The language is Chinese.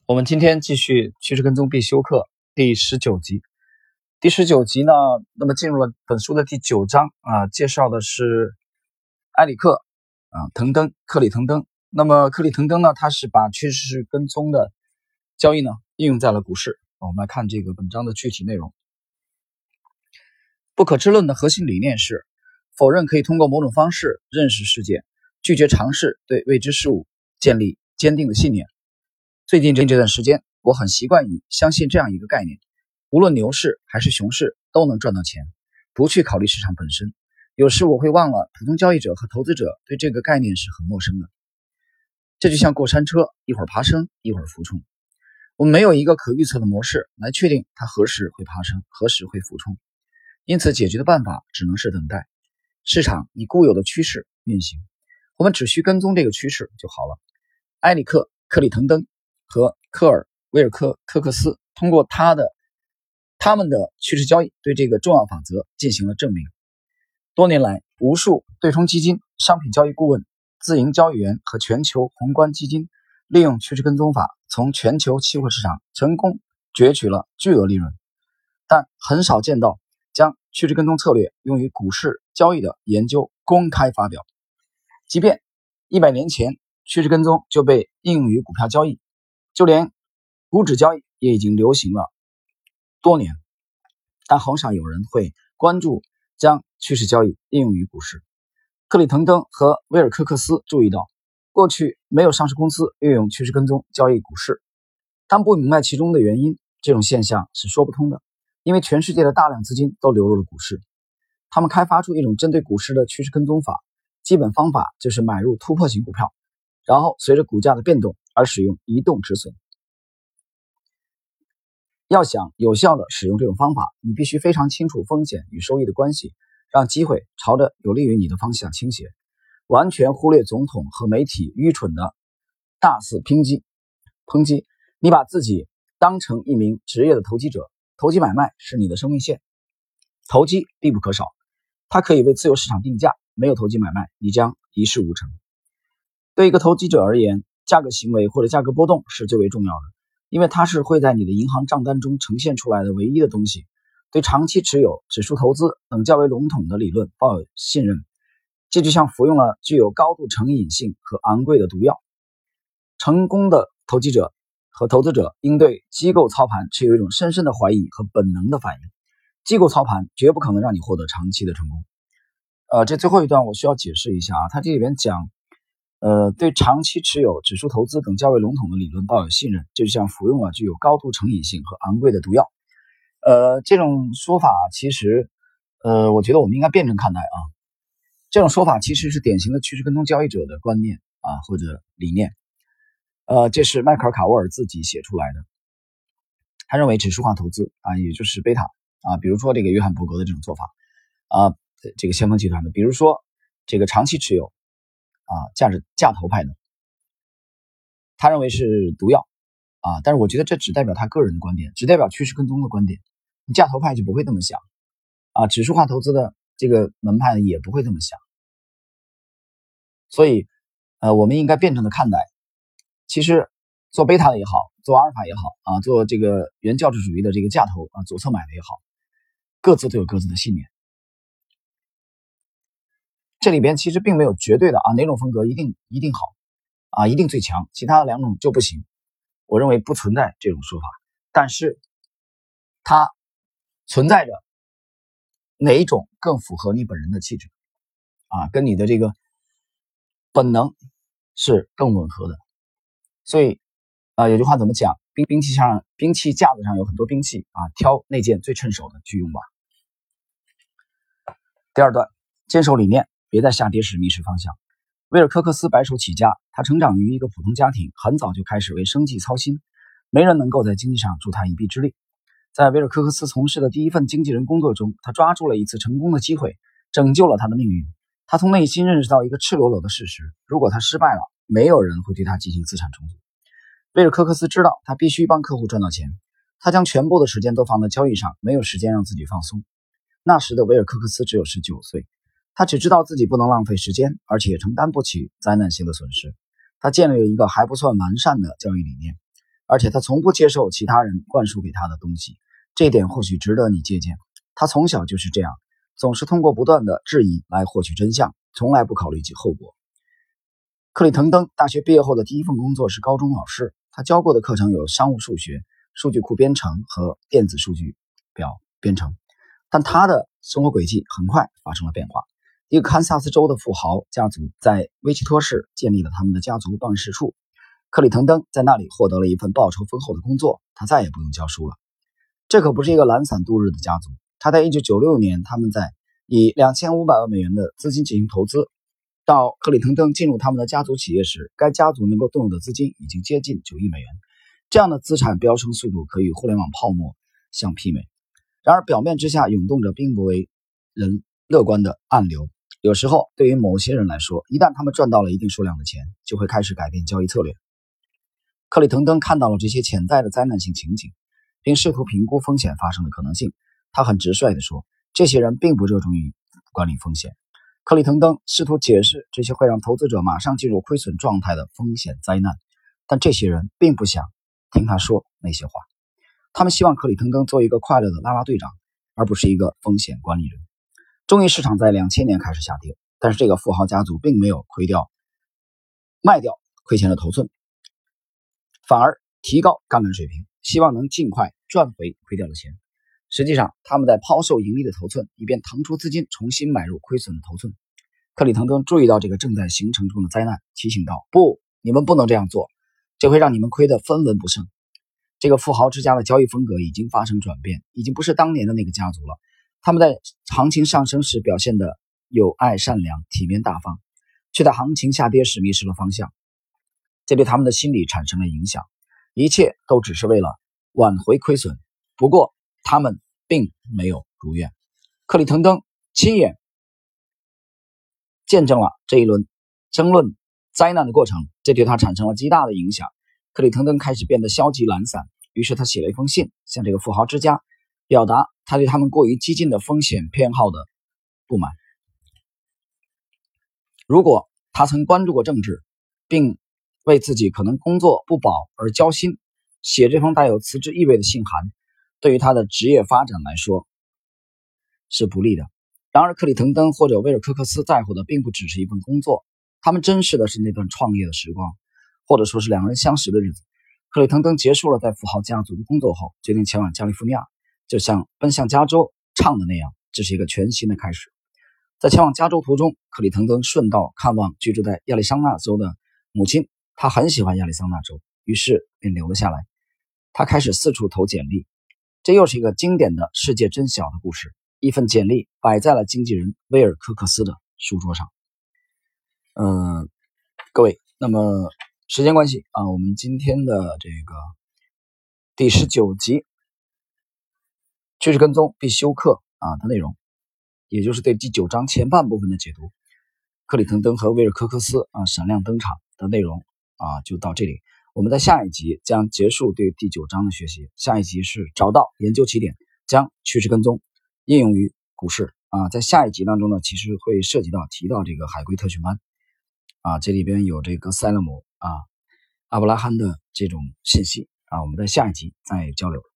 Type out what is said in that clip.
我们今天继续趋势跟踪必修课第19集。第19集呢，那么进入了本书的第9章介绍的是埃里克克里滕登。那么克里滕登呢，他是把趋势跟踪的交易呢应用在了股市。我们来看这个本章的具体内容。不可知论的核心理念是否认可以通过某种方式认识世界，拒绝尝试对未知事物建立坚定的信念。最近这段时间，我很习惯于相信这样一个概念：无论牛市还是熊市都能赚到钱，不去考虑市场本身。有时我会忘了，普通交易者和投资者对这个概念是很陌生的。这就像过山车，一会儿爬升，一会儿俯冲。我们没有一个可预测的模式来确定它何时会爬升，何时会俯冲，因此解决的办法只能是等待。市场以固有的趋势运行，我们只需跟踪这个趋势就好了。埃里克·克里滕登和科尔·威尔科克斯通过他们的趋势交易对这个重要法则进行了证明。多年来，无数对冲基金、商品交易顾问、自营交易员和全球宏观基金利用趋势跟踪法从全球期货市场成功攫取了巨额利润，但很少见到将趋势跟踪策略用于股市交易的研究公开发表。即便100年前趋势跟踪就被应用于股票交易，就连股指交易也已经流行了多年，但很少有人会关注将趋势交易应用于股市。克里滕登和威尔科克斯注意到，过去没有上市公司运用趋势跟踪交易股市，他们不明白其中的原因。这种现象是说不通的，因为全世界的大量资金都流入了股市。他们开发出一种针对股市的趋势跟踪法，基本方法就是买入突破型股票，然后随着股价的变动而使用移动止损。要想有效地使用这种方法，你必须非常清楚风险与收益的关系，让机会朝着有利于你的方向倾斜，完全忽略总统和媒体愚蠢的大肆抨击。你把自己当成一名职业的投机者，投机买卖是你的生命线，投机必不可少，它可以为自由市场定价，没有投机买卖，你将一事无成。对一个投机者而言，价格行为或者价格波动是最为重要的，因为它是会在你的银行账单中呈现出来的唯一的东西。对长期持有、指数投资等较为笼统的理论抱有信任，这就像服用了具有高度成瘾性和昂贵的毒药。成功的投机者和投资者应对机构操盘持有一种深深的怀疑和本能的反应。机构操盘绝不可能让你获得长期的成功。这最后一段我需要解释一下他这里边讲对长期持有、指数投资等较为笼统的理论抱有信任，这就像服用了具有高度成瘾性和昂贵的毒药。这种说法其实，我觉得我们应该辩证看待啊。这种说法其实是典型的趋势跟踪交易者的观念或者理念。这是迈克尔·卡沃尔自己写出来的。他认为指数化投资也就是贝塔比如说这个约翰伯格的这种做法这个先锋集团的，比如说这个长期持有价投派的，他认为是毒药但是我觉得这只代表他个人的观点，只代表趋势跟踪的观点。价投派就不会这么想指数化投资的这个门派呢也不会这么想。所以我们应该辩证的看待。其实做贝塔的也好，做阿尔法也好做这个原教旨主义的这个价投左侧买的也好，各自都有各自的信念。这里边其实并没有绝对的哪种风格一定好一定最强，其他的两种就不行。我认为不存在这种说法，但是它存在着哪一种更符合你本人的气质跟你的这个本能是更吻合的。所以有句话怎么讲，兵器架子上有很多兵器挑那件最趁手的去用吧。第二段，坚守理念，别在下跌时迷失方向。威尔科克斯白手起家，他成长于一个普通家庭，很早就开始为生计操心，没人能够在经济上助他一臂之力。在威尔科克斯从事的第一份经纪人工作中，他抓住了一次成功的机会，拯救了他的命运。他从内心认识到一个赤裸裸的事实，如果他失败了，没有人会对他进行资产重组。威尔科克斯知道他必须帮客户赚到钱，他将全部的时间都放在交易上，没有时间让自己放松。那时的威尔科克斯只有19岁，他只知道自己不能浪费时间，而且也承担不起灾难性的损失。他建立了一个还不算完善的交易理念， 而且他从不接受其他人灌输给他的东西，这一点或许值得你借鉴。他从小就是这样，总是通过不断的质疑来获取真相，从来不考虑其后果。克里滕登大学毕业后的第一份工作是高中老师，他教过的课程有商务数学、数据库编程和电子数据表编程。但他的生活轨迹很快发生了变化。一个堪萨斯州的富豪家族在威奇托市建立了他们的家族办事处，克里滕登在那里获得了一份报酬丰厚的工作，他再也不用教书了。这可不是一个懒散度日的家族。他在1996年，他们在以2500万美元的资金进行投资。到克里滕登进入他们的家族企业时，该家族能够动用的资金已经接近9亿美元。这样的资产飙升速度可与互联网泡沫相媲美。然而表面之下涌动着并不为人乐观的暗流。有时候对于某些人来说，一旦他们赚到了一定数量的钱，就会开始改变交易策略。克里滕登看到了这些潜在的灾难性情景，并试图评估风险发生的可能性。他很直率地说，这些人并不热衷于管理风险。克里滕登试图解释这些会让投资者马上进入亏损状态的风险灾难，但这些人并不想听他说那些话。他们希望克里滕登做一个快乐的啦啦队长，而不是一个风险管理人。中医市场在2000年开始下跌，但是这个富豪家族并没有卖掉亏钱的头寸，反而提高杠杆水平，希望能尽快赚回亏掉的钱。实际上，他们在抛售盈利的头寸，以便腾出资金重新买入亏损的头寸。克里滕登注意到这个正在形成中的灾难，提醒道：“不，你们不能这样做，这会让你们亏得分文不剩。”这个富豪之家的交易风格已经发生转变，已经不是当年的那个家族了。他们在行情上升时表现得有爱善良、体面大方，却在行情下跌时迷失了方向，这对他们的心理产生了影响。一切都只是为了挽回亏损，不过他们并没有如愿。克里滕登亲眼见证了这一轮争论灾难的过程，这对他产生了极大的影响。克里滕登开始变得消极懒散，于是他写了一封信向这个富豪之家，表达他对他们过于激进的风险偏好的不满。如果他曾关注过政治，并为自己可能工作不保而焦心，写这封带有辞职意味的信函，对于他的职业发展来说是不利的。然而克里滕登或者威尔科克斯在乎的并不只是一份工作，他们珍视的是那段创业的时光，或者说是两人相识的日子。克里滕登结束了在富豪家族的工作后，决定前往加利福尼亚，就像奔向加州唱的那样，这是一个全新的开始。在前往加州途中，克里滕登顺道看望居住在亚利桑那州的母亲，他很喜欢亚利桑那州，于是便留了下来。他开始四处投简历，这又是一个经典的世界真小的故事。一份简历摆在了经纪人威尔科克斯的书桌上。各位，那么时间关系啊，我们今天的这个第19集趋势跟踪必修课的内容，也就是对第9章前半部分的解读，克里滕登和威尔科克斯闪亮登场的内容就到这里。我们在下一集将结束对第9章的学习，下一集是找到研究起点，将趋势跟踪应用于股市在下一集当中呢，其实会提到这个海龟特训班这里边有这个塞勒姆阿布拉罕的这种信息我们在下一集再交流。